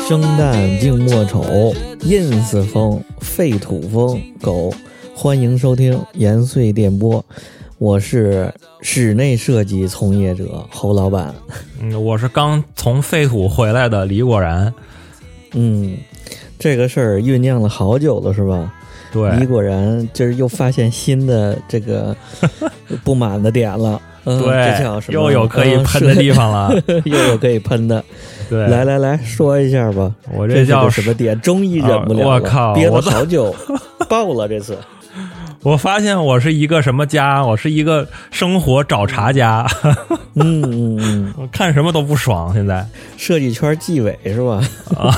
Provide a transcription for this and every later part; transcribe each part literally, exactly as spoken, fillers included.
生旦净末丑，印死风，废土风，狗。欢迎收听延绥电波，我是室内设计从业者侯老板。 嗯，我是刚从废土回来的李果然。 嗯，这个事儿酝酿了好久了，是吧？ 对， 李果然今儿又发现新的这个不满的点了。嗯、 对， 这叫什么？ 又有可以喷的地方了， 嗯、又有可以喷的。 对， 来来来说一下吧。 我这叫这是什么点？终于忍不了了， 我、啊、靠， 憋了好久，爆了这次。 我发现我是一个什么家？我是一个生活找茬家。 嗯嗯嗯， 我看什么都不爽。现在设计圈纪委是吧？ 啊，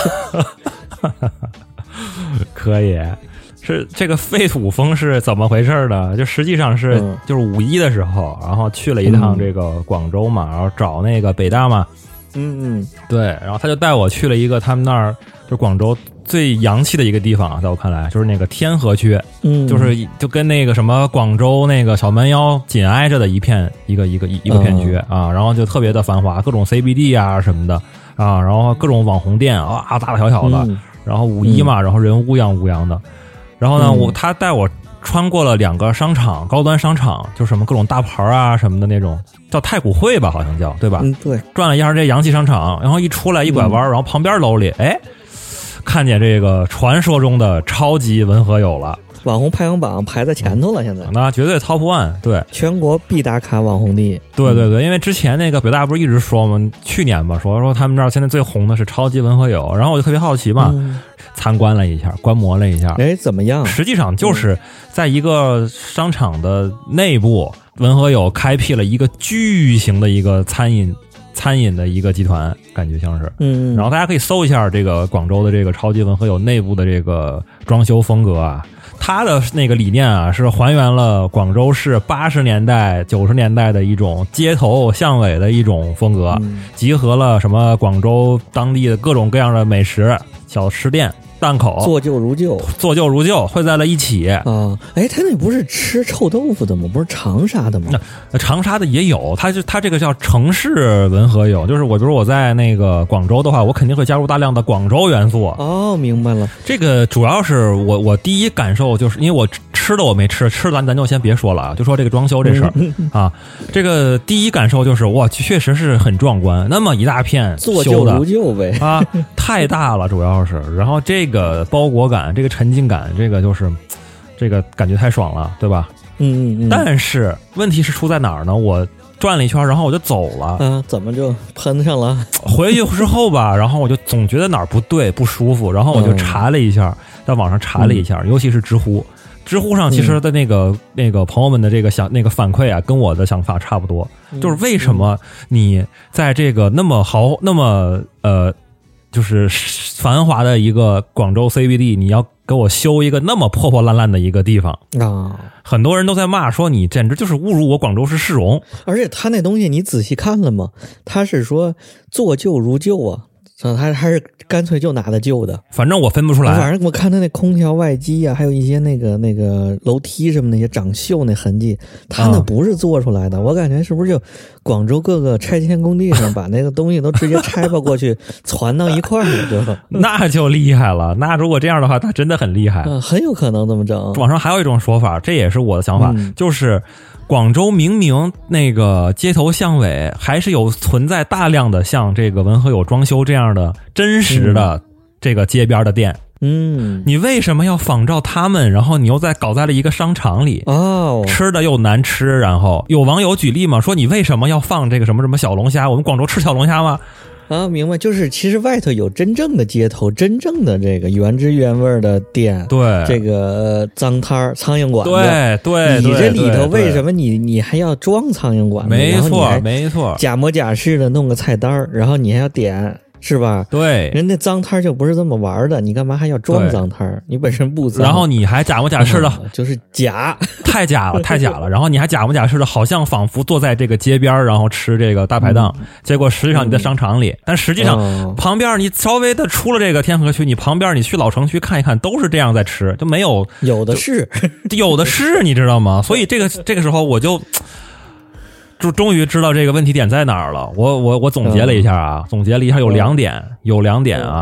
可以。是这个废土风是怎么回事呢？就实际上是、嗯、就是五一的时候，然后去了一趟这个广州嘛，然后找那个北大嘛。 嗯嗯， 对，然后他就带我去了一个他们那儿就广州最洋气的一个地方，在我看来就是那个天河区， 嗯， 就是就跟那个什么广州那个小蛮腰紧挨着的一片一个一个一个片区、嗯、啊，然后就特别的繁华，各种 C B D 啊什么的啊，然后各种网红店啊，大大小小的，嗯、然后五一嘛、嗯，然后人乌泱乌泱的，然后呢，嗯、我他带我穿过了两个商场，高端商场，就什么各种大牌啊什么的那种，叫太古汇吧，好像叫，对吧？ 嗯，对。 转了一下这洋气商场，然后一出来一拐弯、嗯，然后旁边楼里，哎，看见这个传说中的超级文和友了， 网红排行榜排在前头了，现在那绝对 top one， 对， 全国必打卡网红地。 对对对，因为之前那个北大不是一直说嘛，去年吧，说说他们这儿现在最红的是超级文和友，然后我就特别好奇嘛。嗯，参观了一下，观摩了一下， 哎，怎么样？ 实际上就是在一个商场的内部，文和友开辟了一个巨型的一个餐饮餐饮的一个集团，感觉像是， 嗯， 然后大家可以搜一下这个广州的这个超级文和友内部的这个装修风格啊，它的那个理念啊是还原了广州市八十年代、九十年代的一种街头巷尾的一种风格， 嗯、 集合了什么广州当地的各种各样的美食、小吃店。档口做旧如旧， 做旧如旧汇在了一起啊！哎，他那不是吃臭豆腐的吗？不是长沙的吗？ 那长沙的也有，他就他这个叫城市文和友，就是我比如我在那个广州的话，我肯定会加入大量的广州元素。 哦，明白了。 这个主要是我我第一感受就是因为我吃的我没吃，吃咱咱就先别说了啊，就说这个装修这事儿、嗯、啊，这个第一感受就是哇，确实是很壮观，那么一大片做旧如旧呗啊，太大了，主要是，然后这个。这个包裹感，这个沉浸感，这个就是这个感觉太爽了，对吧？ 嗯嗯嗯。 但是问题是出在哪儿呢？我转了一圈，然后我就走了。 啊，怎么就喷上了？ 回去之后吧，然后我就总觉得哪儿不对，不舒服，然后我就查了一下，嗯、在网上查了一下、嗯，尤其是知乎，知乎上其实的那个、嗯、那个朋友们的这个想那个反馈啊，跟我的想法差不多， 嗯、 就是为什么你在这个那么豪那么呃。就是繁华的一个广州 C B D， 你要给我修一个那么破破烂烂的一个地方啊！很多人都在骂说你简直就是侮辱我广州市市容。 而且他那东西你仔细看了吗？他是说做旧如旧啊，他还是干脆就拿的旧的。 反正我分不出来。 反正我看他那空调外机啊，还有一些那个那个楼梯什么那些长锈那痕迹，他那不是做出来的。嗯、我感觉是不是就广州各个拆迁工地上把那个东西都直接拆吧过去，攒到一块儿就那就厉害了。那如果这样的话，他真的很厉害。 嗯，很有可能这么整。 网上还有一种说法，这也是我的想法，嗯、就是广州明明那个街头巷尾还是有存在大量的像这个文和友装修这样的真实的这个街边的店。 嗯， 你为什么要仿照他们，然后你又在搞在了一个商场里哦， 吃的又难吃，然后有网友举例嘛，说你为什么要放这个什么什么小龙虾？我们广州吃小龙虾吗？ 啊，明白，就是其实外头有真正的街头，真正的这个原汁原味的店， 对， 这个脏摊儿、苍蝇馆子， 对对， 你这里头为什么你你还要装苍蝇馆子？ 没错，没错， 假模假式的弄个菜单，然后你还要点。是吧？ 对， 人家脏摊就不是这么玩的，你干嘛还要装脏摊？你本身不脏， 然后你还假模假式的， 嗯、就是假， 太假了，太假了。然后你还假模假式的，好像仿佛坐在这个街边，然后吃这个大排档，嗯、结果实际上你在商场里，嗯、但实际上、哦、旁边你稍微的出了这个天河区，你旁边你去老城区看一看，都是这样在吃，就没有有的是， 有的是，你知道吗？所以这个这个时候我就。就终于知道这个问题点在哪儿了。我我我总结了一下啊，嗯、总结了一下有两点，有两点啊。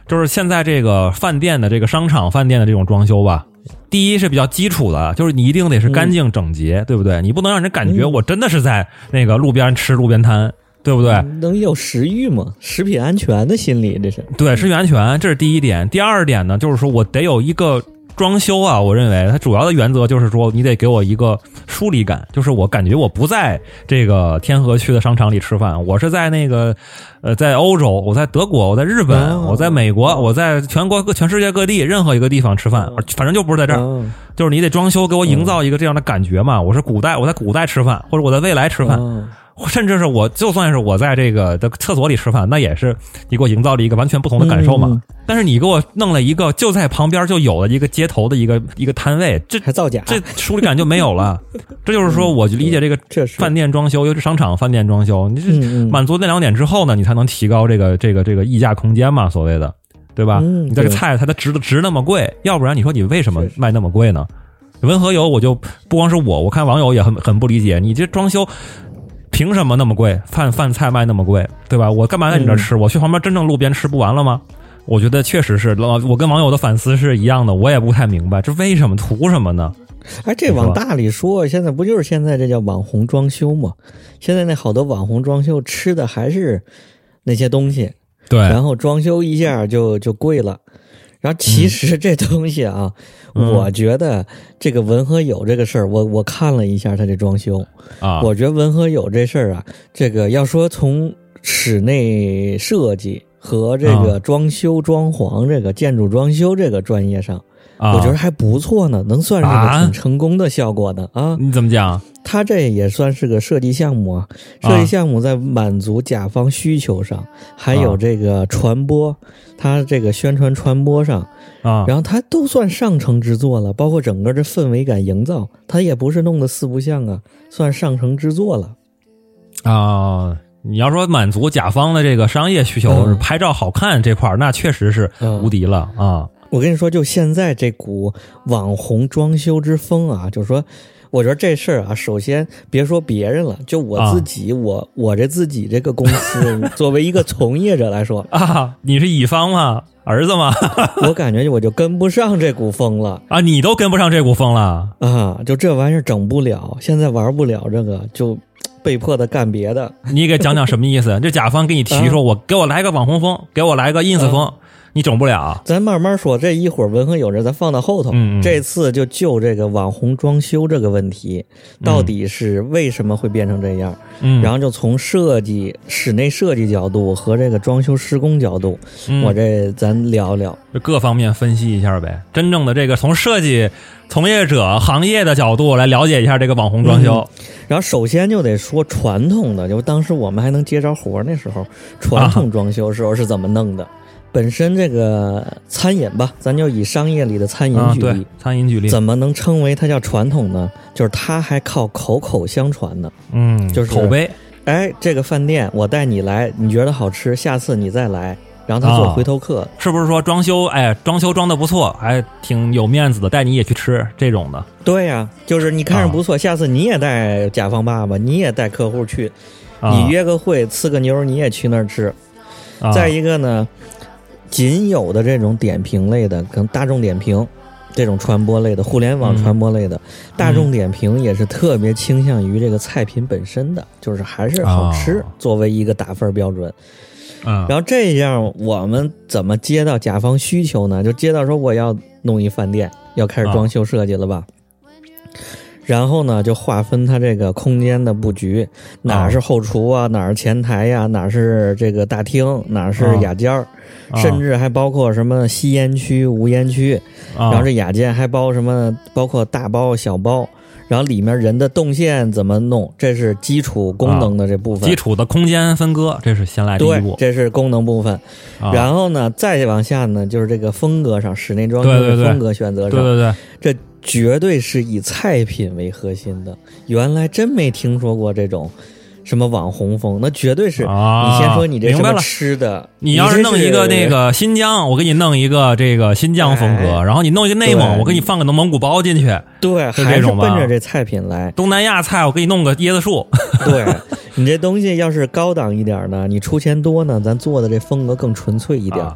就是现在这个饭店的这个商场饭店的这种装修吧，第一是比较基础的，就是你一定得是干净整洁，嗯、对不对？你不能让人感觉我真的是在那个路边吃路边摊。对不对？ 能有食欲吗？食品安全的心理，这是对食品安全，这是第一点。第二点呢，就是说我得有一个装修啊，我认为它主要的原则就是说，你得给我一个疏离感，就是我感觉我不在这个天河区的商场里吃饭，我是在那个呃，在欧洲，我在德国，我在日本，哦、我在美国，我在全国各全世界各地任何一个地方吃饭，哦、反正就不是在这儿。哦、就是你得装修，给我营造一个这样的感觉嘛。我是古代，我在古代吃饭，或者我在未来吃饭。哦甚至是我就算是我在这个的厕所里吃饭，那也是你给我营造了一个完全不同的感受嘛。嗯、但是你给我弄了一个就在旁边就有了一个街头的一个一个摊位，这还造假， 这疏离感就没有了。这就是说，我就理解这个饭店装修，尤其是商场饭店装修，你是满足那两点之后呢，你才能提高这个这个这个溢价空间嘛，所谓的，对吧？嗯、你这个菜它的值值那么贵，要不然你说你为什么卖那么贵呢？文和友我就不光是我，我看网友也很很不理解，你这装修。凭什么那么贵？饭饭菜卖那么贵，对吧？我干嘛在你这吃？嗯、我去旁边真正路边吃不完了吗？我觉得确实是，我跟网友的反思是一样的，我也不太明白这为什么图什么呢？ 哎，这往大里说，现在不就是现在这叫网红装修吗？现在那好多网红装修吃的还是那些东西， 对， 然后装修一下就就贵了。然后其实这东西啊，嗯、我觉得这个文和友这个事儿，我我看了一下他这装修啊， 我觉得文和友这事儿啊，这个要说从室内设计和这个装修、装潢这个建筑装修这个专业上，啊、我觉得还不错呢，能算是个挺成功的效果的啊。 你怎么讲？ 他这也算是个设计项目啊，设计项目在满足甲方需求上，啊、还有这个传播，他这个宣传传播上啊，然后他都算上乘之作了，包括整个这氛围感营造，他也不是弄得四不像啊，算上乘之作了啊。你要说满足甲方的这个商业需求，嗯、拍照好看这块，那确实是无敌了、嗯、啊。 我跟你说，就现在这股网红装修之风啊，就是说。我觉得这事儿啊，首先别说别人了，就我自己，啊、我我这自己这个公司，作为一个从业者来说啊，你是乙方吗？儿子吗？ 我感觉我就跟不上这股风了啊！你都跟不上这股风了啊！就这玩意儿整不了，现在玩不了这个，就被迫的干别的。 你给讲讲什么意思？这甲方给你提说，啊、我给我来个网红风，给我来个 ins 风。啊你整不了， 咱慢慢说。这一会儿文和友这咱放到后头。嗯，这次就就这个网红装修这个问题，到底是为什么会变成这样？嗯，然后就从设计、室内设计角度和这个装修施工角度，嗯、我这咱聊聊， 各方面分析一下呗。真正的这个从设计从业者、行业的角度来了解一下这个网红装修。 嗯、然后首先就得说传统的，就当时我们还能接着活那时候，传统装修时候是怎么弄的？啊本身这个餐饮吧，咱就以商业里的餐饮举例，啊、 对餐饮举例， 怎么能称为它叫传统呢？就是它还靠口口相传呢。 嗯， 就是口碑。 哎，这个饭店我带你来，你觉得好吃，下次你再来，然后他做回头客。 啊、是不是说装修？哎，装修装的不错，还挺有面子的，带你也去吃这种的？ 对呀、啊，就是你看着不错，啊、下次你也带甲方爸爸，你也带客户去， 啊、 你约个会，呲个妞，你也去那儿吃。啊、再一个呢。仅有的这种点评类的，跟大众点评这种传播类的，互联网传播类的，嗯、大众点评也是特别倾向于这个菜品本身的，就是还是好吃、哦、作为一个打分标准。 嗯， 然后这样我们怎么接到甲方需求呢？就接到说我要弄一饭店，要开始装修设计了吧？哦、然后呢，就划分它这个空间的布局，哪是后厨啊，哪是前台呀、啊，哪是这个大厅，哪是雅间儿。哦甚至还包括什么吸烟区、无烟区， 啊、 然后这雅间还包什么，包括大包、小包，然后里面人的动线怎么弄，这是基础功能的这部分。 啊、基础的空间分割，这是先来第一步， 对，这是功能部分。啊、然后呢，再往下呢，就是这个风格上，室内装修的风格选择上， 对对 对, 对, 对，这绝对是以菜品为核心的。原来真没听说过这种。什么网红风，那绝对是、啊、你先说你这什么吃的， 你要是弄一个那个新疆，我给你弄一个这个新疆风格，哎、然后你弄一个内蒙，我给你放个蒙古包进去， 对， 是这种还是奔着这菜品来。 东南亚菜我给你弄个椰子树， 对，你这东西要是高档一点呢，你出钱多呢，咱做的这风格更纯粹一点。啊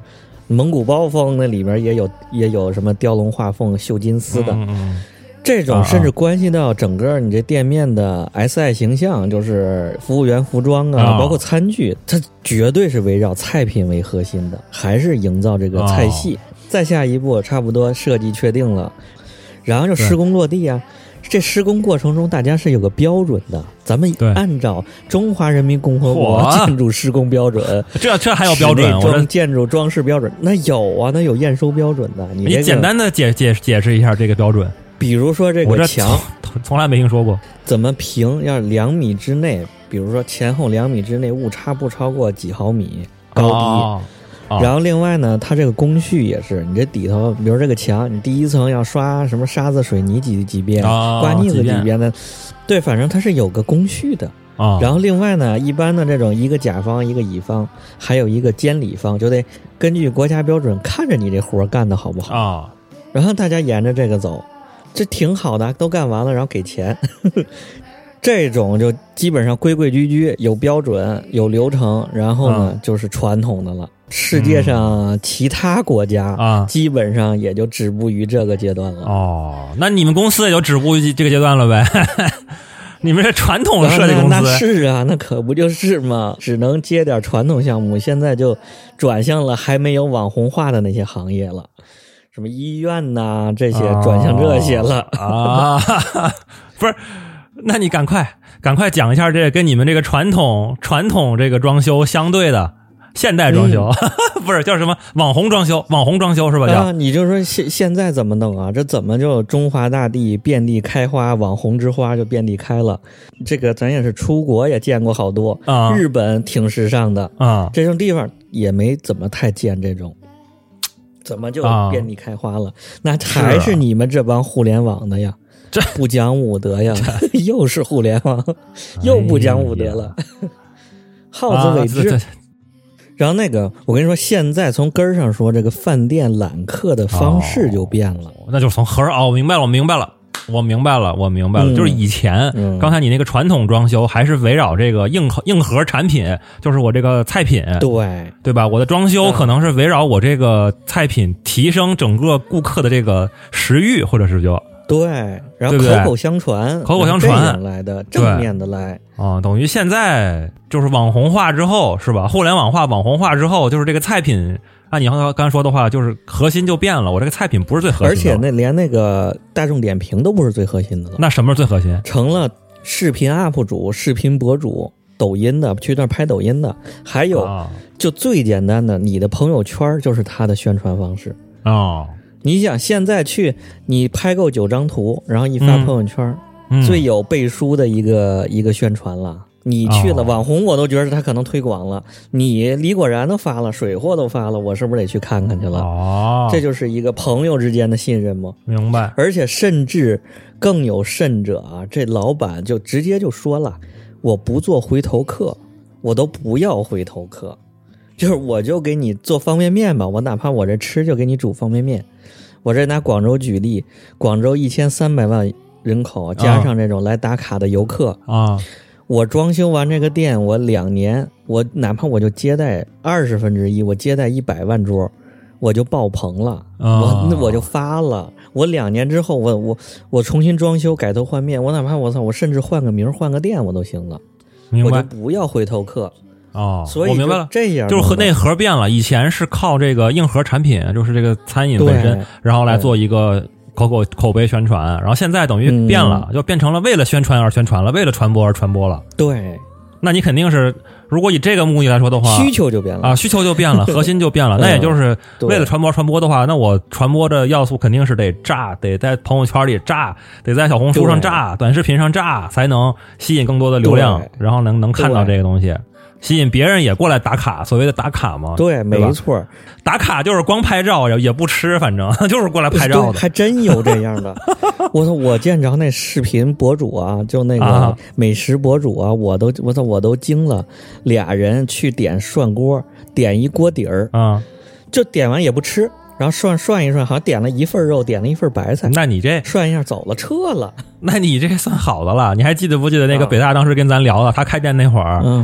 蒙古包风那里边也有也有什么雕龙画凤、绣金丝的。 嗯嗯这种甚至关系到整个你这店面的 S I 形象，就是服务员服装啊， 啊包括餐具，它绝对是围绕菜品为核心的，还是营造这个菜系。 啊、 再下一步，差不多设计确定了，然后就施工落地啊。这施工过程中，大家是有个标准的，咱们按照中华人民共和国建筑施工标准， 这这还有标准？ 我这建筑装饰标准，那有啊，那有验收标准的。你、这个、 你简单的解解解释一下这个标准。 比如说这个墙， 从, 从来没听说过， 怎么平？要两米之内，比如说前后两米之内误差不超过几毫米高低。 哦哦、 然后另外呢，它这个工序也是，你这底头，比如这个墙，你第一层要刷什么沙子、水泥几几遍， 哦、 刮腻子几遍的，对，反正它是有个工序的。 哦、 然后另外呢，一般的这种一个甲方一个乙方，还有一个监理方，就得根据国家标准看着你这活干得好不好。 哦、 然后大家沿着这个走。这挺好的，都干完了，然后给钱。这种就基本上规规矩矩，有标准，有流程，然后呢、嗯、就是传统的了。世界上其他国家啊，基本上也就止步于这个阶段了。 哦，那你们公司也就止步于这个阶段了呗？你们这传统设计公司、 啊、那, 那是啊，那可不就是嘛，只能接点传统项目，现在就转向了还没有网红化的那些行业了。什么医院呐、啊，这些转向这些了、 哦、啊？不是，那你赶快赶快讲一下这跟你们这个传统传统这个装修相对的现代装修，嗯、不是叫什么网红装修？网红装修是吧？ 啊，你就说现现在怎么弄啊？这怎么就中华大地遍地开花，网红之花就遍地开了？这个咱也是出国也见过好多啊， 日本挺时尚的啊， 这种地方也没怎么太见这种。怎么就遍地开花了、啊、那还是你们这帮互联网的呀， 这不讲武德呀，又是互联网、哎、又不讲武德了，好自为之、啊、然后那个我跟你说，现在从根儿上说，这个饭店揽客的方式就变了、 哦、那就是从盒哦，我明白了我明白了我明白了，我明白了，嗯、就是以前、嗯、刚才你那个传统装修还是围绕这个硬核硬核产品，就是我这个菜品， 对对吧？我的装修可能是围绕我这个菜品提升整个顾客的这个食欲，或者是就对，然后口口相传， 口口相传来的正面的来啊、呃，等于现在就是网红化之后是吧？互联网化、网红化之后，就是这个菜品。按你刚刚说的话，就是核心就变了。我这个菜品不是最核心的， 而且那连那个大众点评都不是最核心的了。 那什么是最核心？ 成了视频 U P 主、视频博主、抖音的，去那儿拍抖音的，还有、啊、就最简单的，你的朋友圈就是他的宣传方式哦。 你想现在去，你拍够九张图，然后一发朋友圈， 嗯、 最有背书的一个一个宣传了。你去了、哦、网红，我都觉得他可能推广了。你李果然都发了，水货都发了，我是不是得去看看去了？ 哦， 这就是一个朋友之间的信任吗？ 明白。 而且甚至更有甚者啊，这老板就直接就说了，我不做回头客，我都不要回头客，就是我就给你做方便面吧，我哪怕我这吃就给你煮方便面。我这拿广州举例，广州一千三百万人口，加上这种来打卡的游客啊。 我装修完这个店，我两年，我哪怕我就接待二十分之一，我接待一百万桌，我就爆棚了， 哦、 我那我就发了。我两年之后，我我我重新装修，改头换面，我哪怕我操，我甚至换个名换个店我都行了， 明白？ 我就不要回头客。 哦， 所以我明白了， 这样就是和内核变了，以前是靠这个硬核产品，就是这个餐饮本身，然后来做一个。口口口碑宣传，然后现在等于变了、嗯，就变成了为了宣传而宣传了，为了传播而传播了。 对， 那你肯定是，如果以这个目的来说的话， 需求就变了啊，需求就变了，核心就变了。那也就是为了传播传播的话，那我传播的要素肯定是得炸，得在朋友圈里炸，得在小红书上炸，短视频上炸，才能吸引更多的流量，然后能能看到这个东西。吸引别人也过来打卡，所谓的打卡嘛， 对，没错， 打卡就是光拍照，也也不吃，反正就是过来拍照的， 还真有这样的。我操，我见着那视频博主啊，就那个美食博主啊，我都我操，我都惊了。俩人去点涮锅，点一锅底儿啊， 就点完也不吃，然后涮涮一涮，好像点了一份肉，点了一份白菜。 那你这涮一下走了，撤了。 那你这算好的了。你还记得不记得那个北大当时跟咱聊了，他开店那会儿， 嗯。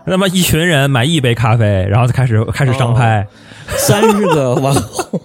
那么一群人买一杯咖啡，然后就开始开始商拍， 三十个网红，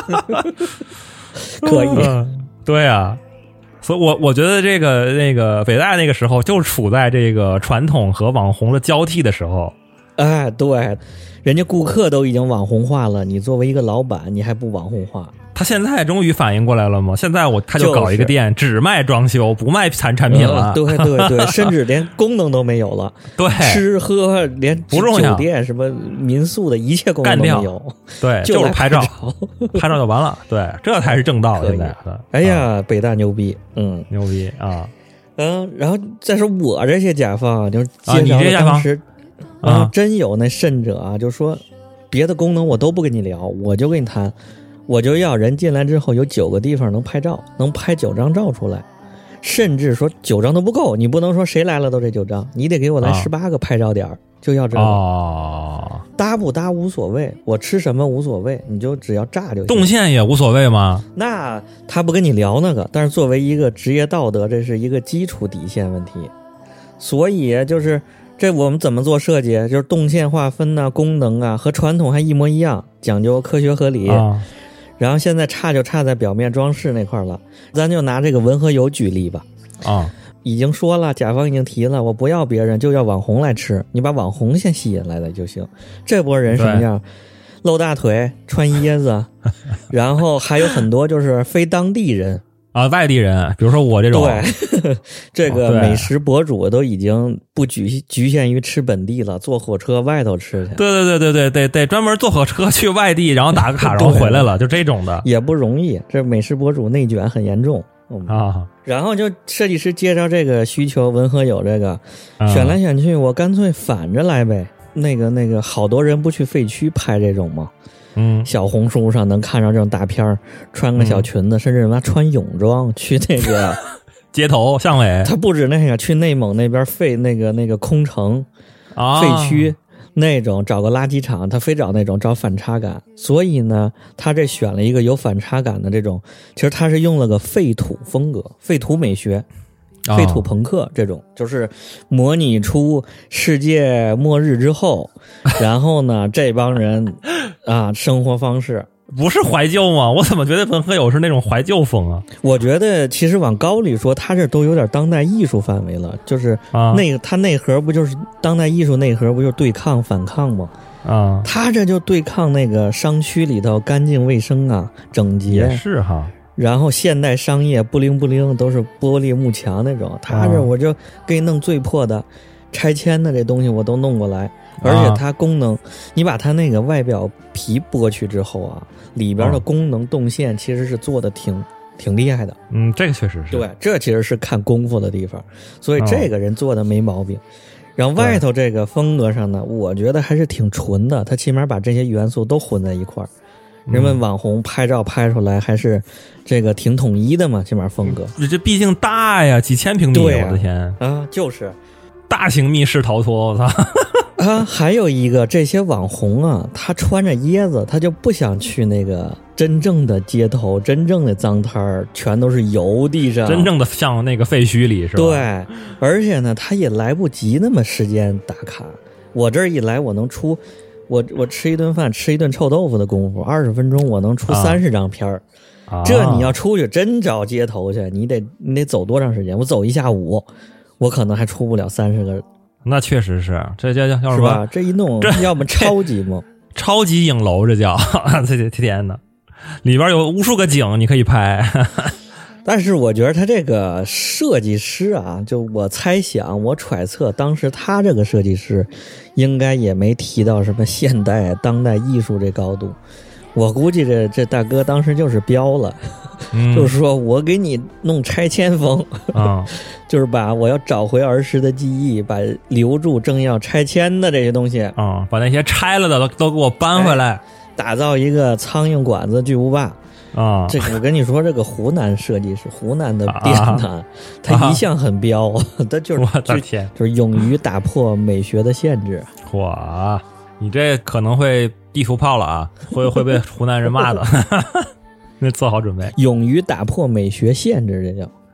可以， 嗯、对啊。所以我我觉得这个那个北大那个时候就处在这个传统和网红的交替的时候。 哎，对，人家顾客都已经网红化了，你作为一个老板，你还不网红化？ 他现在终于反应过来了吗？现在我他就搞一个店， 就是、 只卖装修，不卖产产品了。 呃、对对对，甚至连功能都没有了。 对， 吃喝连不重要， 酒店什么民宿的一切功能都没有。 对， 就就是拍照， 拍照就完了。对，这才是正道。现在， 哎呀，啊、北大牛逼，嗯， 牛逼啊！ 嗯，然后再说我这些甲方，就是啊，你这当时啊， 啊真有那甚者啊，就说别的功能我都不跟你聊，我就跟你谈。我就要人进来之后有九个地方能拍照，能拍九张照出来，甚至说九张都不够，你不能说谁来了都这九张，你得给我来十八个拍照点、啊、就要这个。 哦， 搭不搭无所谓，我吃什么无所谓，你就只要炸就行。 动线也无所谓吗？ 那他不跟你聊那个，但是作为一个职业道德，这是一个基础底线问题。所以就是这我们怎么做设计，就是动线划分啊，功能啊，和传统还一模一样，讲究科学合理。 啊， 然后现在差就差在表面装饰那块了，咱就拿这个文和友举例吧。 啊， 已经说了，甲方已经提了，我不要别人，就要网红来吃，你把网红先吸引来了就行。这波人什么样？露大腿，穿椰子，然后还有很多就是非当地人。 啊，外地人，比如说我这种， 对，这个美食博主都已经不局局限于吃本地了，坐火车外头吃去。 对对对对对对对，专门坐火车去外地，然后打个卡，然后回来了，就这种的也不容易。这美食博主内卷很严重、嗯、 啊。 然后就设计师介绍这个需求，文和友这个、啊、选来选去，我干脆反着来呗。那个那个，好多人不去废墟拍这种吗？ 嗯， 小红书上能看着这种大片儿，穿个小裙子，嗯、甚至他穿泳装去那个街头巷尾。 他不止那个，去内蒙那边废那个那个空城啊废墟那种，找个垃圾场，他非找那种找反差感。所以呢，他这选了一个有反差感的这种，其实他是用了个废土风格、废土美学。废土朋克这种、哦、就是模拟出世界末日之后，然后呢这帮人啊生活方式不是怀旧吗？我怎么觉得文和友是那种怀旧风啊？ 我觉得其实往高里说，它这都有点当代艺术范围了，就是那个它内核不就是当代艺术内核不就是对抗反抗吗？ 啊， 它这就对抗那个商区里头干净卫生啊整洁也是哈。 然后现代商业不灵不灵都是玻璃幕墙那种，他这我就给你弄最破的拆迁的这东西我都弄过来，而且它功能、啊、你把它那个外表皮剥去之后啊，里边的功能动线其实是做的挺挺厉害的。 嗯，这个确实是。 对，这其实是看功夫的地方，所以这个人做的没毛病。啊、然后外头这个风格上呢，我觉得还是挺纯的，他起码把这些元素都混在一块儿。人们网红拍照拍出来还是这个挺统一的嘛，起码风格。 这毕竟大呀，几千平米， 对啊、 我的天啊，就是大型密室逃脱，我操！ 啊，还有一个这些网红啊，他穿着椰子，他就不想去那个真正的街头，真正的脏摊儿，全都是油地上， 真正的像那个废墟里是吧？ 对，而且呢，他也来不及那么时间打卡。我这儿一来，我能出。我我吃一顿饭，吃一顿臭豆腐的功夫，二十分钟我能出三十张片儿、啊。这你要出去真找街头去，你得你得走多长时间？我走一下午，我可能还出不了三十个。 那确实是，这叫叫是吧？这一弄，要么超级嘛， 超级影楼，这叫这这天哪，里边有无数个景你可以拍。 但是我觉得他这个设计师啊，就我猜想我揣测当时他这个设计师应该也没提到什么现代当代艺术这高度，我估计这这大哥当时就是标了、嗯、就是说我给你弄拆迁风啊、嗯，就是把我要找回儿时的记忆，把留住正要拆迁的这些东西啊、 嗯，把那些拆了的都都给我搬回来、哎、 打造一个苍蝇馆子巨无霸啊、 这个我跟你说，这个湖南设计是湖南的店呢、啊，他一向很彪，他、啊、就是我的天， 就是勇于打破美学的限制。 哇，你这可能会地图炮了啊，会会被湖南人骂的。那做好准备， 勇于打破美学限制，这叫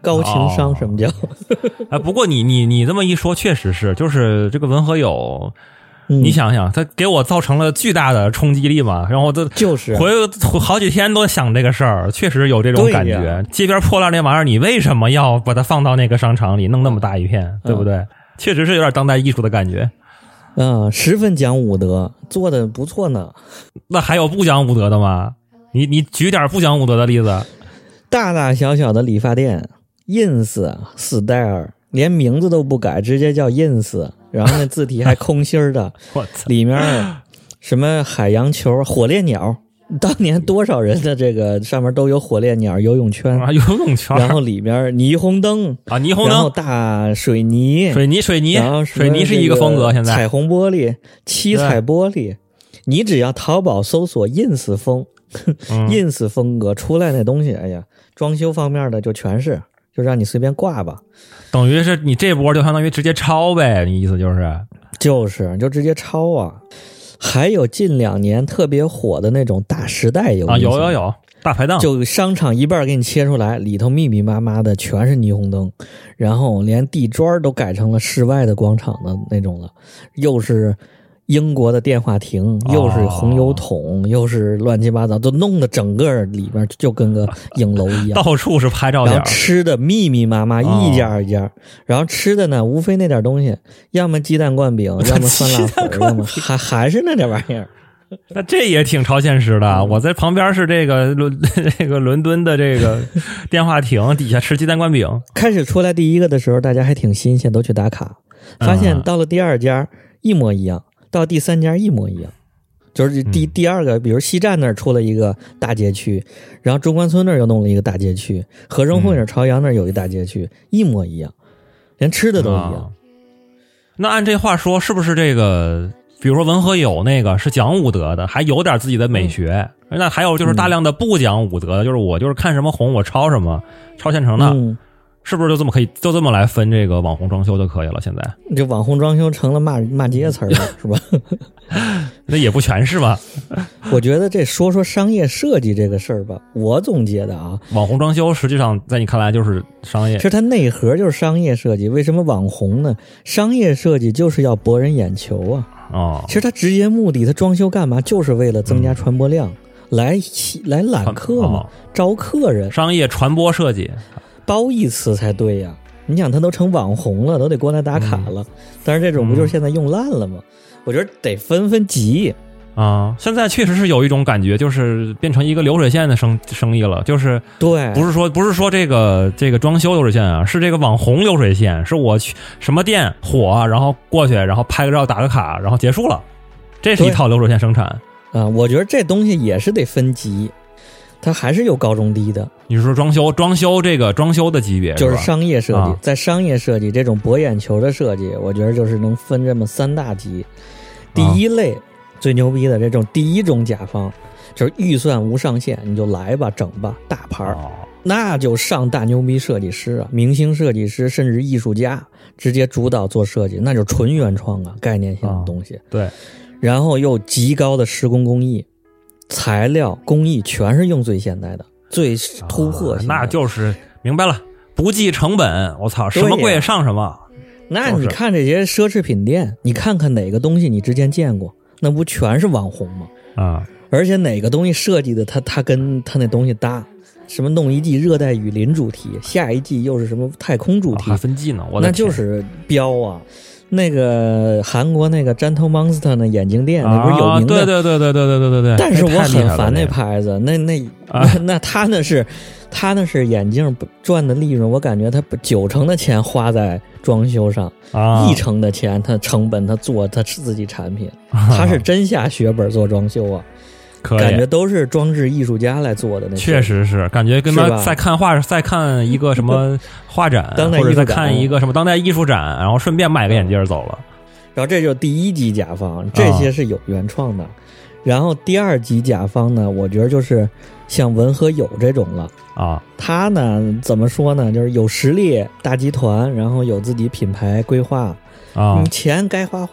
高情商， 哦、 什么叫？ 哎，不过你你你这么一说，确实是，就是这个文和友。 嗯、 你想想，它给我造成了巨大的冲击力嘛，然后这就是回好几天都想这个事儿，确实有这种感觉。街边破烂那玩意儿，你为什么要把它放到那个商场里，弄那么大一片，嗯、对不对？嗯、确实是有点当代艺术的感觉。 嗯，十分讲武德，做的不错呢。 那还有不讲武德的吗？你你举点不讲武德的例子。 大大小小的理发店 ，ins style， 连名字都不改，直接叫 ins。然后那字体还空心的，里面什么海洋球、火烈鸟，当年多少人的这个上面都有火烈鸟游泳圈啊，游泳圈。 然后里面霓虹灯啊，霓虹灯， 然后大水泥， 水泥，水泥， 然后水泥是一个风格。现在彩虹玻璃、七彩玻璃，你只要淘宝搜索 ins 风、嗯、ins 风格出来那东西，哎呀，装修方面的就全是。就让你随便挂吧， 等于是你这波就相当于直接抄呗，你意思就是就是就直接抄啊。还有近两年特别火的那种大时代游戏啊，有有有大排档， 就商场一半给你切出来，里头密密麻麻的全是霓虹灯，然后连地砖都改成了室外的广场的那种了，又是英国的电话亭，又是红油桶、哦、又是乱七八糟，都弄得整个里边就跟个影楼一样， 到处是拍照点， 然后吃的密密麻麻、哦、一家一家，然后吃的呢无非那点东西，要么鸡蛋灌饼，要么酸辣粉，要么还还是那点玩意儿。 那这也挺超现实的。我在旁边是这个伦这个伦敦的这个电话亭，底下吃鸡蛋灌饼。 开始出来第一个的时候，大家还挺新鲜，都去打卡，发现到了第二家一模一样。到第三家一模一样，就是第第二个，比如西站那儿出了一个大街区，然后中关村那儿又弄了一个大街区，合生汇那儿朝阳那儿有一大街区，一模一样，连吃的都一样。 啊、那按这话说，是不是这个，比如说文和友那个是讲武德的，还有点自己的美学？嗯、那还有就是大量的不讲武德的，就是我就是看什么红我抄什么，抄现成的。嗯，是不是就这么可以就这么来分这个网红装修就可以了？现在这网红装修成了骂骂街词儿了，是吧？ 那也不全是吧？ 我觉得这说说商业设计这个事儿吧，我总结的啊， 网红装修实际上在你看来就是商业， 其实它内核就是商业设计。为什么网红呢？商业设计就是要博人眼球啊！ 哦， 其实它直接目的，它装修干嘛？就是为了增加传播量，嗯、来来揽客嘛，哦、招客人， 商业传播设计。 褒义词才对呀！你想他都成网红了，都得过来打卡了，嗯、但是这种不就是现在用烂了吗？嗯、我觉得得分分级啊！现在确实是有一种感觉，就是变成一个流水线的生生意了，就是对， 不是说不是说这个这个装修流水线啊，是这个网红流水线，是我去什么店火，然后过去，然后拍个照打个卡，然后结束了，这是一套流水线生产啊！我觉得这东西也是得分级。它还是有高中低的。 你是说装修装修这个装修的级别就是商业设计、 啊、 在商业设计这种博眼球的设计，我觉得就是能分这么三大级。第一类、啊、最牛逼的这种第一种甲方，就是预算无上限，你就来吧整吧大牌、啊、那就上大牛逼设计师啊，明星设计师甚至艺术家直接主导做设计，那就纯原创啊，概念性的东西、 啊、对， 然后又极高的施工工艺，材料工艺全是用最现代的最突破性的、 啊、那就是明白了，不计成本，我操，什么贵上什么。 那你看这些奢侈品店，你看看哪个东西你之前见过，那不全是网红吗？ 啊！ 而且哪个东西设计的它它跟它那东西搭，什么弄一季热带雨林主题，下一季又是什么太空主题， 还分季呢，我的那就是标啊。那个韩国那个 Gentle Monster 那眼镜店、啊、那不是有名的？ 对对对对对对对对对。 但是我很烦那牌子，那那那、啊、那他那是他那是眼镜赚的利润，我感觉他九成的钱花在装修上， 啊、 一成的钱他成本他做他自己产品，啊、他是真下血本做装修啊。感觉都是装置艺术家来做的，那确实是感觉跟他在看画，在看一个什么画展， 当代艺术展或者在看一个什么当代艺术展，然后顺便买个眼镜走了。 然后这就是第一级甲方，这些是有原创的。啊、然后第二级甲方呢，我觉得就是像文和友这种了啊。 他呢怎么说呢？就是有实力大集团，然后有自己品牌规划啊， 你钱该花花。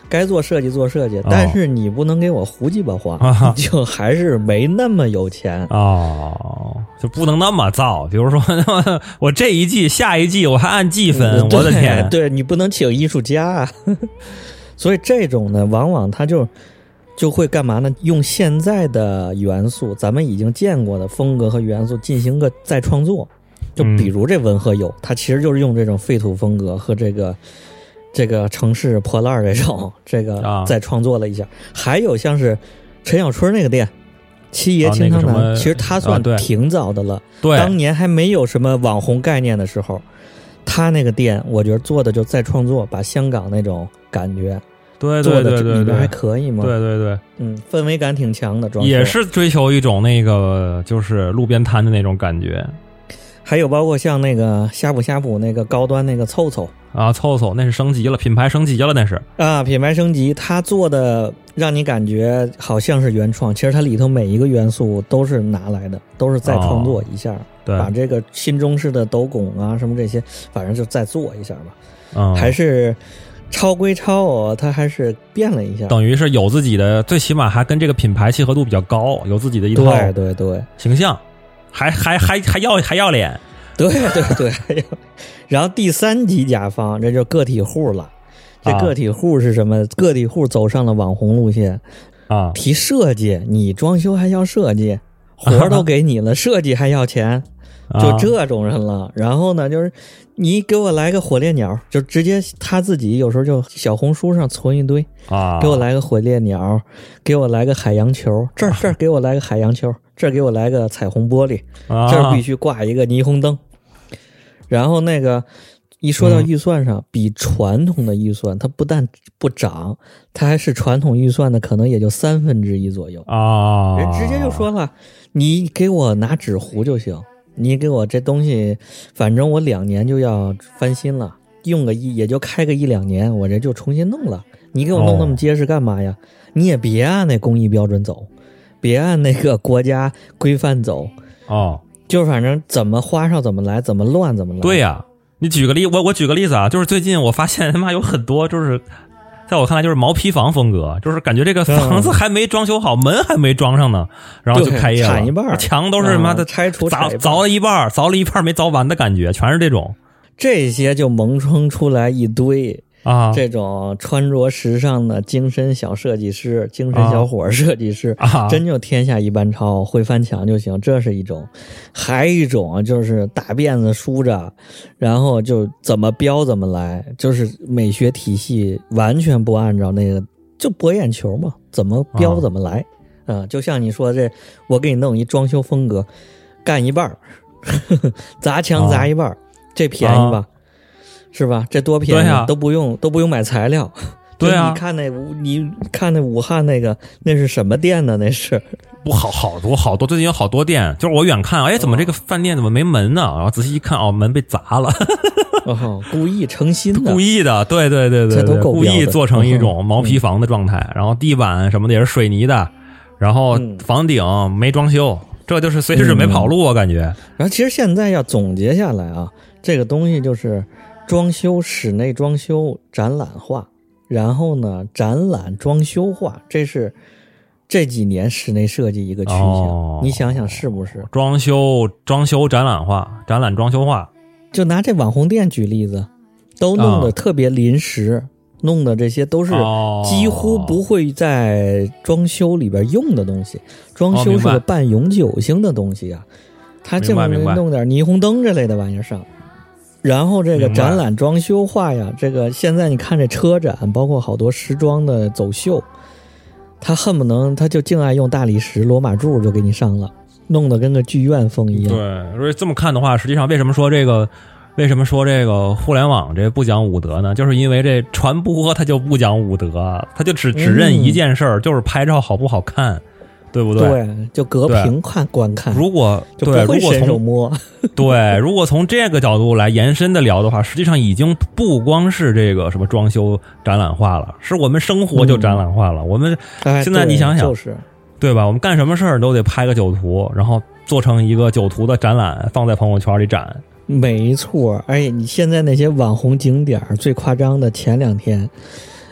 该做设计做设计，但是你不能给我胡鸡巴花， 哦、 就还是没那么有钱哦，就不能那么造。比如说，我这一季、下一季我还按季分， 嗯、 我的天， 对你不能请艺术家啊。所以这种呢，往往他就就会干嘛呢？用现在的元素，咱们已经见过的风格和元素进行个再创作。就比如这文和友，它其实就是用这种废土风格和这个。这个城市破烂这种，这个再创作了一下。啊、还有像是陈小春那个店，七爷清汤南，啊那个、其实他算挺早的了。 啊、对， 当年还没有什么网红概念的时候，他那个店，我觉得做的就再创作，把香港那种感觉， 对对对对， 里边还可以吗？ 对对对， 嗯，氛围感挺强的，装修也是追求一种那个就是路边摊的那种感觉。 还有包括像那个呷哺呷哺那个高端那个凑凑啊，凑凑那是升级了，品牌升级了那是啊，品牌升级，它做的让你感觉好像是原创，其实它里头每一个元素都是拿来的，都是再创作一下，哦、 对， 把这个新中式的斗拱啊什么这些，反正就再做一下吧， 嗯， 还是抄归抄哦，它还是变了一下， 等于是有自己的，最起码还跟这个品牌契合度比较高，有自己的一套对对对形象。还还还还要还要脸， 对对对，还要。然后第三级甲方，这就是个体户了。这个体户是什么？啊、个体户走上了网红路线啊！ 提设计，你装修还要设计，活都给你了，啊、设计还要钱，就这种人了。啊、然后呢，就是你给我来个火烈鸟，就直接他自己有时候就小红书上存一堆啊， 给我来个火烈鸟，给我来个海洋球，这儿这儿给我来个海洋球。这给我来个彩虹玻璃， 啊、 这儿必须挂一个霓虹灯。然后那个一说到预算上，嗯、比传统的预算，它不但不涨，它还是传统预算的可能也就三分之一左右啊。 人直接就说了，你给我拿纸糊就行，你给我这东西，反正我两年就要翻新了，用个一也就开个一两年，我这就重新弄了。你给我弄那么结实干嘛呀？哦、你也别按那工艺标准走。别按那个国家规范走哦， 就反正怎么花哨怎么来，怎么乱怎么来。 对呀、啊，你举个例，我我举个例子啊，就是最近我发现他妈有很多，就是在我看来就是毛坯房风格，就是感觉这个房子还没装修好，嗯、门还没装上呢，然后就开业了， 铲一半， 墙都是他妈的、 啊、拆除凿凿了一半，凿了一半没凿完的感觉，全是这种。 这些就萌生出来一堆。 啊， 这种穿着时尚的精神小设计师、精神小伙设计师， 啊、 真就天下一般超，会翻墙就行。这是一种，还一种就是大辫子梳着，然后就怎么标怎么来，就是美学体系完全不按照那个，就博眼球嘛，怎么标怎么来。啊、嗯，就像你说这，我给你弄一装修风格，干一半砸墙砸一半、啊、这便宜吧？啊是吧？这多便宜， 啊、 都不用都不用买材料。 对啊， 你看那你看那武汉那个那是什么店呢？那是不好好多好多，最近有好多店，就是我远看，哎，怎么这个饭店怎么没门呢？然后仔细一看，哦，门被砸了。 哦，故意诚心的， 故意的，对对对对对，故意做成一种毛坯房的状态，嗯、然后地板什么的也是水泥的，然后房顶没装修，嗯、这就是随时准备跑路，我感觉。 然后其实现在要总结下来啊，这个东西就是。装修室内装修展览化，然后呢展览装修化，这是这几年室内设计一个趋向、哦、你想想是不是？ 装修装修展览化，展览装修化， 就拿这网红店举例子，都弄得特别临时、哦、弄的这些都是几乎不会在装修里边用的东西、哦、装修是个半永久性的东西啊，它净弄点霓虹灯之类的玩意儿上。然后这个展览装修化呀，这个现在你看这车展，包括好多时装的走秀，他恨不能他就净爱用大理石、罗马柱就给你上了，弄得跟个剧院风一样。 对，如果这么看的话，实际上为什么说这个，为什么说这个互联网这不讲武德呢？就是因为这传播它就不讲武德，它就只只认一件事儿、嗯，就是拍照好不好看。对不对？ 对，就隔屏看观看。 如果就不会伸手摸， 对，如果从这个角度来延伸的聊的话，实际上已经不光是这个什么装修展览化了，是我们生活就展览化了。嗯、我们现在你想想， 哎、就是对吧？我们干什么事儿都得拍个九图，然后做成一个九图的展览，放在朋友圈里展。 没错，而且你现在那些网红景点最夸张的，前两天。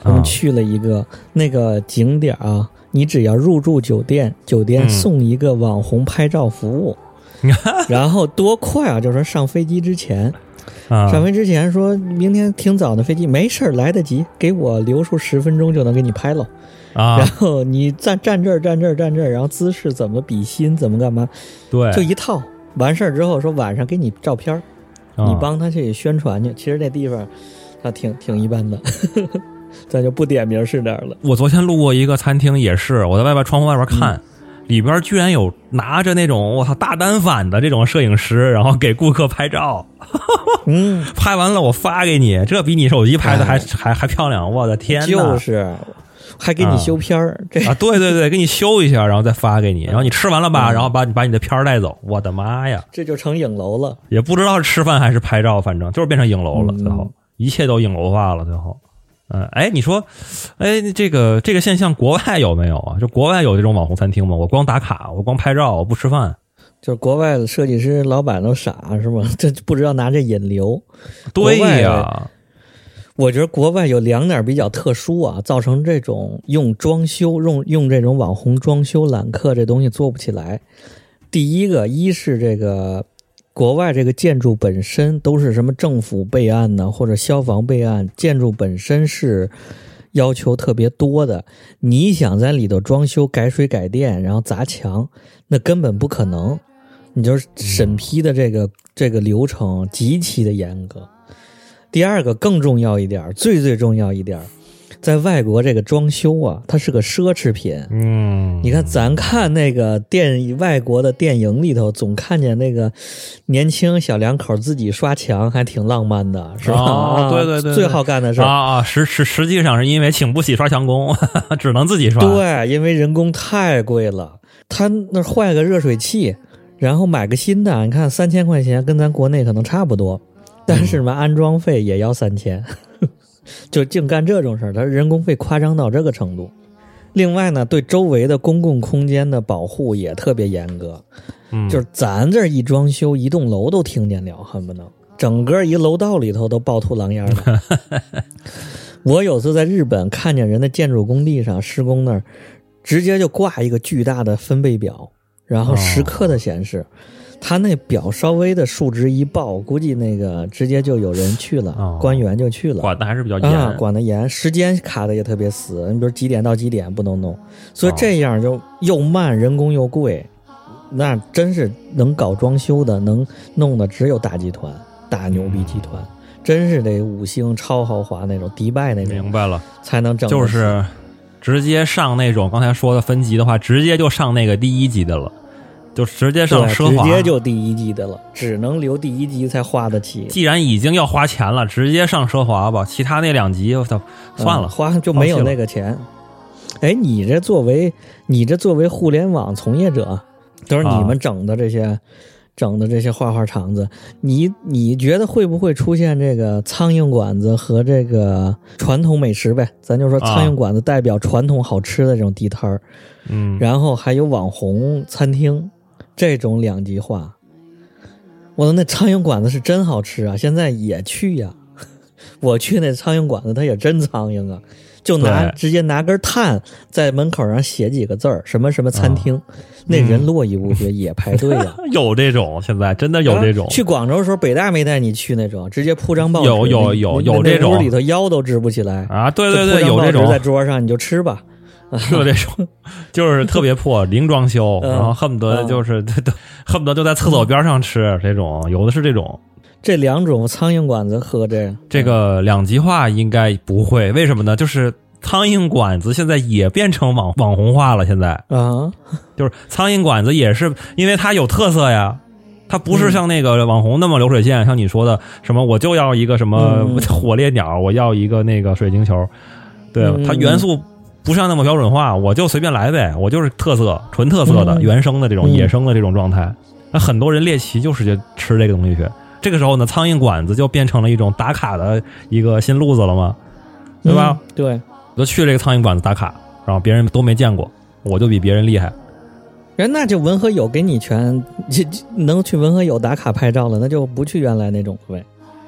我们去了一个、嗯、那个景点啊，你只要入住酒店，酒店送一个网红拍照服务，嗯、然后多快啊！就是上飞机之前。啊、上飞之前说明天挺早的飞机，没事来得及，给我留出十分钟就能给你拍了啊。然后你站站这儿站这儿站这儿，然后姿势怎么比心怎么干嘛， 对， 就一套。完事儿之后说晚上给你照片、啊、你帮他去宣传去。其实那地方他挺挺一般的，咱就不点名是哪儿了。 我昨天路过一个餐厅，也是我在外边窗户外边看。嗯，里边居然有拿着那种我操大单反的这种摄影师，然后给顾客拍照，嗯，拍完了我发给你，这比你手机拍的还、哎、还还漂亮，我的天哪！ 就是还给你修片儿、啊，这啊，对对对，给你修一下，然后再发给你，然后你吃完了吧，嗯、然后把你把你的片儿带走，我的妈呀， 这就成影楼了， 也不知道是吃饭还是拍照，反正就是变成影楼了，最后、嗯、一切都影楼化了，最后。嗯，哎，你说，哎，这个这个现象国外有没有啊？就国外有这种网红餐厅吗？我光打卡，我光拍照，我不吃饭。 就是国外的设计师、老板都傻是吗？这不知道拿这引流。 对呀、啊， 我觉得国外有两点比较特殊啊，造成这种用装修、用用这种网红装修揽客这东西做不起来。第一个，一是这个。国外这个建筑本身都是什么政府备案呢，或者消防备案，建筑本身是要求特别多的。你想在里头装修改水改电，然后砸墙，那根本不可能。你就是审批的这个这个流程极其的严格。第二个更重要一点，最最重要一点，在外国这个装修啊，它是个奢侈品。嗯，你看咱看那个电外国的电影里头，总看见那个年轻小两口自己刷墙，还挺浪漫的，是吧？ 哦，对对 对, 对， 最好干的事啊啊！实实实际上是因为请不起刷墙工，只能自己刷。 对，因为人工太贵了，他那坏个热水器，然后买个新的，你看三千块钱，跟咱国内可能差不多，但是嘛，安装费也要三千。就净干这种事儿，它人工费夸张到这个程度。另外呢，对周围的公共空间的保护也特别严格。嗯，就是咱这一装修，一栋楼都听见了，恨不能整个一楼道里头都暴兔狼烟的。我有次在日本看见人的建筑工地上施工那儿，直接就挂一个巨大的分贝表，然后时刻的显示。哦，他那表稍微的数值一报，估计那个直接就有人去了，哦、官员就去了， 管的还是比较严， 啊、管的严，时间卡的也特别死，你比如几点到几点不能弄，所以这样就又慢，人工又贵，那真是能搞装修的，能弄的只有大集团、大牛逼集团，嗯、真是得五星超豪华那种，迪拜那种， 明白了， 才能整， 就是直接上那种刚才说的分级的话，直接就上那个第一级的了。就直接上奢华， 直接就第一级的了，只能留第一级才花得起。 既然已经要花钱了，直接上奢华吧，其他那两级算了， 嗯、花就没有那个钱。哎，你这作为你这作为互联网从业者，都是你们整的这些、啊、整的这些画画厂子，你你觉得会不会出现这个苍蝇馆子和这个传统美食呗？咱就说苍蝇馆子代表传统好吃的这种地摊儿，嗯，然后还有网红餐厅。这种两极化，我的那苍蝇馆子是真好吃啊！现在也去呀，我去那苍蝇馆子，它也真苍蝇啊，就拿直接拿根炭在门口上写几个字儿，什么什么餐厅，啊、那人络绎不绝，也排队呀。 有这种，现在真的有这种。 啊、去广州的时候，北大没带你去那种，直接铺张报纸， 有有有有这种， 屋里头腰都直不起来啊！对对对，有这种， 在桌上你就吃吧。 就这种，就是特别破零装修， 嗯、 然后恨不得就是、嗯、恨不得就在厕所边上吃，这种有的是这种。 这两种苍蝇馆子和这这个两极化应该不会，为什么呢？就是苍蝇馆子现在也变成网网红化了，现在啊，就是苍蝇馆子也是因为它有特色呀。它不是像那个网红那么流水线，嗯、像你说的什么我就要一个什么火烈鸟，嗯、我要一个那个水晶球，对，嗯、它元素不像那么标准化，我就随便来呗，我就是特色，纯特色的、嗯、原生的这种、嗯、野生的这种状态。那很多人猎奇就是去吃这个东西去，这个时候呢，苍蝇馆子就变成了一种打卡的一个新路子了嘛，对吧？ 嗯、对， 我就去这个苍蝇馆子打卡，然后别人都没见过，我就比别人厉害。 人那就文和友给你权，能去文和友打卡拍照了，那就不去原来那种呗。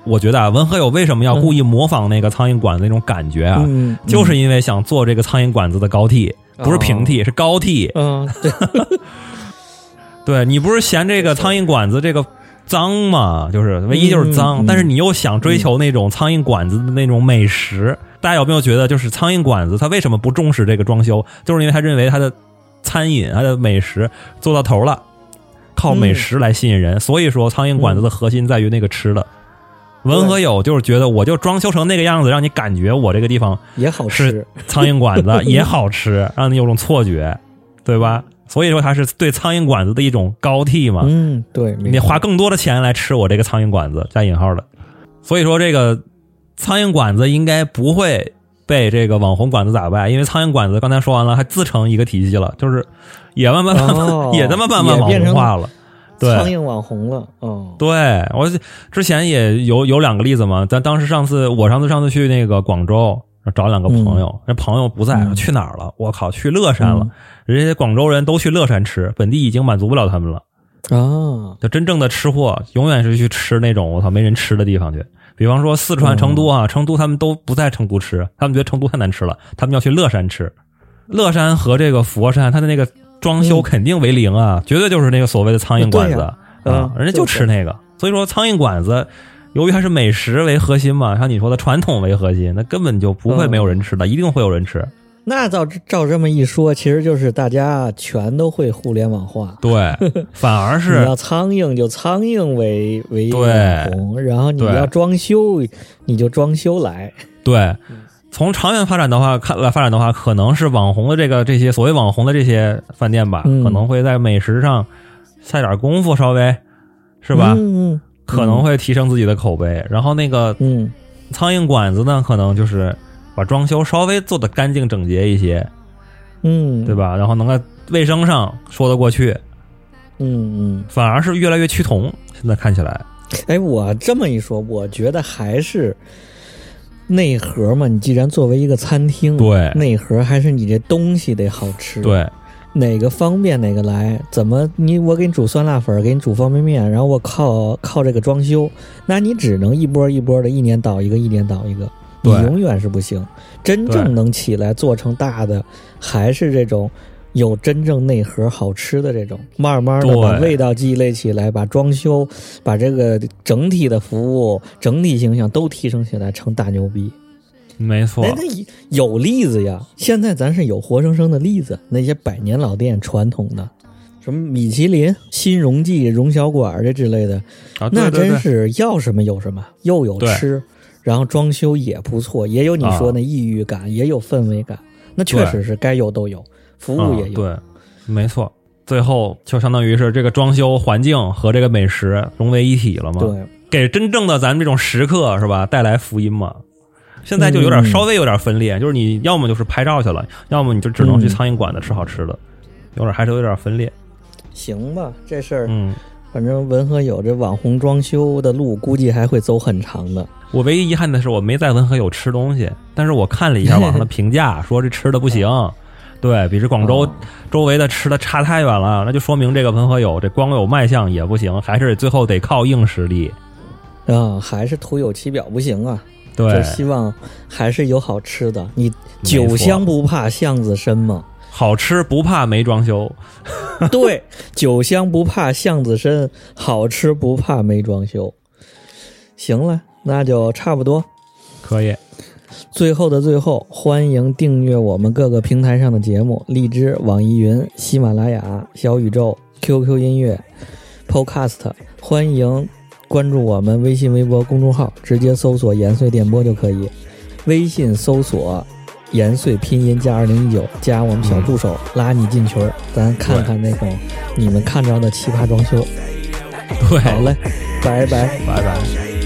我觉得啊，文和友为什么要故意模仿那个苍蝇馆子那种感觉啊？ 嗯， 就是因为想做这个苍蝇馆子的高替，不是平替，哦、是高替。 嗯，对， 对你不是嫌这个苍蝇馆子这个脏吗？就是唯一就是脏， 嗯嗯、 但是你又想追求那种苍蝇馆子的那种美食。嗯、大家有没有觉得，就是苍蝇馆子它为什么不重视这个装修？就是因为他认为它的餐饮、它的美食做到头了，靠美食来吸引人。嗯、所以说，苍蝇馆子的核心在于那个吃的。嗯、文和友就是觉得，我就装修成那个样子，让你感觉我这个地方也好吃， 苍蝇馆子也好吃，让你有种错觉，对吧？所以说它是对苍蝇馆子的一种高替嘛。 嗯，对， 你花更多的钱来吃我这个苍蝇馆子，加引号的。所以说这个苍蝇馆子应该不会被这个网红馆子打败，因为苍蝇馆子刚才说完了，还自成一个体系了，就是也慢慢慢慢、哦、也他妈慢慢网红化了。对， 苍蝇网红了。哦， 对，我之前也有有两个例子嘛，咱当时上次我上次上次去那个广州找两个朋友，那、嗯、朋友不在，嗯、去哪儿了？我靠，去乐山了。嗯、人家广州人都去乐山吃，本地已经满足不了他们了。 啊， 就真正的吃货，永远是去吃那种我操没人吃的地方去。比方说四川成都啊，嗯、成都他们都不在成都吃，他们觉得成都太难吃了，他们要去乐山吃。乐山和这个佛山，它的那个装修肯定为零啊，嗯、绝对就是那个所谓的苍蝇馆子啊， 嗯、 人家就吃那个。所以说苍蝇馆子。由于它是美食为核心嘛，像你说的传统为核心，那根本就不会没有人吃的，嗯、一定会有人吃。 那照照这么一说，其实就是大家全都会互联网化。 对，反而是你要苍蝇就苍蝇为为网红，然后你要装修你就装修来。 对，从长远发展的话看来发展的话，可能是网红的这个这些所谓网红的这些饭店吧，嗯、可能会在美食上下点功夫，稍微是吧？ 嗯嗯。 可能会提升自己的口碑，嗯、然后那个嗯， 苍蝇馆子呢，可能就是把装修稍微做得干净整洁一些， 嗯， 对吧？然后能在卫生上说得过去， 嗯嗯， 反而是越来越趋同。现在看起来， 哎，我这么一说，我觉得还是内核嘛。你既然作为一个餐厅， 对， 内核还是你这东西得好吃， 对。 哪个方便哪个来，怎么你我给你煮酸辣粉，给你煮方便面，然后我靠靠这个装修，那你只能一波一波的，一年倒一个，一年倒一个，你永远是不行。真正能起来做成大的，还是这种有真正内核好吃的这种，慢慢的把味道积累起来，把装修，把这个整体的服务、整体形象都提升起来，成大牛逼。 没错， 那有例子呀！现在咱是有活生生的例子，那些百年老店、传统的，什么米其林、新荣记、荣小馆这之类的， 啊、 那真是要什么有什么，又有吃，然后装修也不错，也有你说那异域感，啊、也有氛围感，那确实是该有都有，服务也有、 啊。对，没错。最后就相当于是这个装修环境和这个美食融为一体了嘛？ 对， 给真正的咱们这种食客是吧带来福音嘛？现在就有点稍微有点分裂，嗯、就是你要么就是拍照去了，要么你就只能去苍蝇馆子吃好吃的，有点还是有点分裂。 行吧，这事儿， 嗯， 反正文和友这网红装修的路，估计还会走很长的。 我唯一遗憾的是，我没在文和友吃东西，但是我看了一下网上的评价，说这吃的不行，对比这广州周围的吃的差太远了，那就说明这个文和友这光有卖相也不行，还是最后得靠硬实力啊，还是徒有其表不行啊。 对， 就希望还是有好吃的。你酒香不怕巷子深嘛， 好吃不怕没装修。 对，酒香不怕巷子深，好吃不怕没装修。行了，那就差不多。 可以。 最后的最后，欢迎订阅我们各个平台上的节目：荔枝、网易云、喜马拉雅、小宇宙、Q Q 音乐、Podcast。欢迎关注我们微信微博公众号，直接搜索延绥电波就可以。微信搜索延绥拼音加二零一九，加我们小助手、嗯、拉你进群，咱看看那种你们看着的奇葩装修。 对， 好嘞，拜拜拜拜。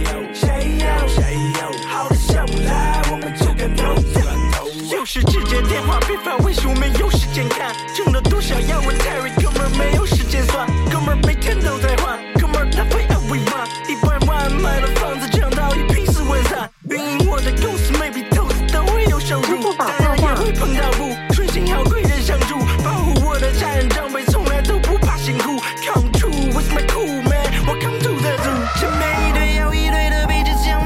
又是直接电话，别烦，为什么没有时间看？挣了多少要问 Terry， 哥们儿没有时间算，哥们儿每天都在换，哥们儿他会爱为嘛？一百万买了房子，涨到一平四万三，运营我的公司 maybe 投资都会有收入，当然也会碰到不顺心好贵人相助，保护我的家人长辈，从来都不怕辛苦。Come true with my cool man， welcome to the zoo。这每一堆又一堆的背着像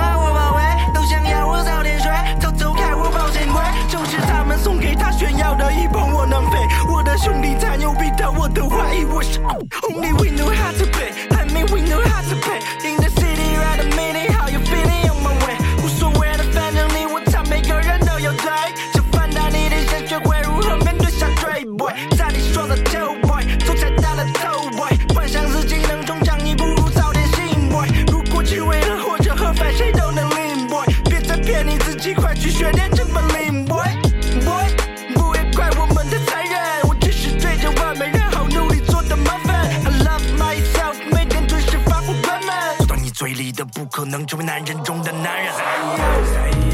Only we know how to play, I mean we know how to play. In the city right a minute, how you feeling on my way? 无所谓的，反正你我他每个人都有罪，就烦恼你得先学会如何面对下坠 boy， 在你说的头 boy， 走才大的头 boy， 幻想自己能中奖，你不如早点醒 boy。如果只为了活着和饭，谁都能领 boy， 别再骗你自己，快去学点真本领 boy boy。不要怪我们的残忍，我只是追着完美，然后努力做的满分。I love myself， 每天准时发布关门，做到你嘴里的不可能，成为男人中的男人。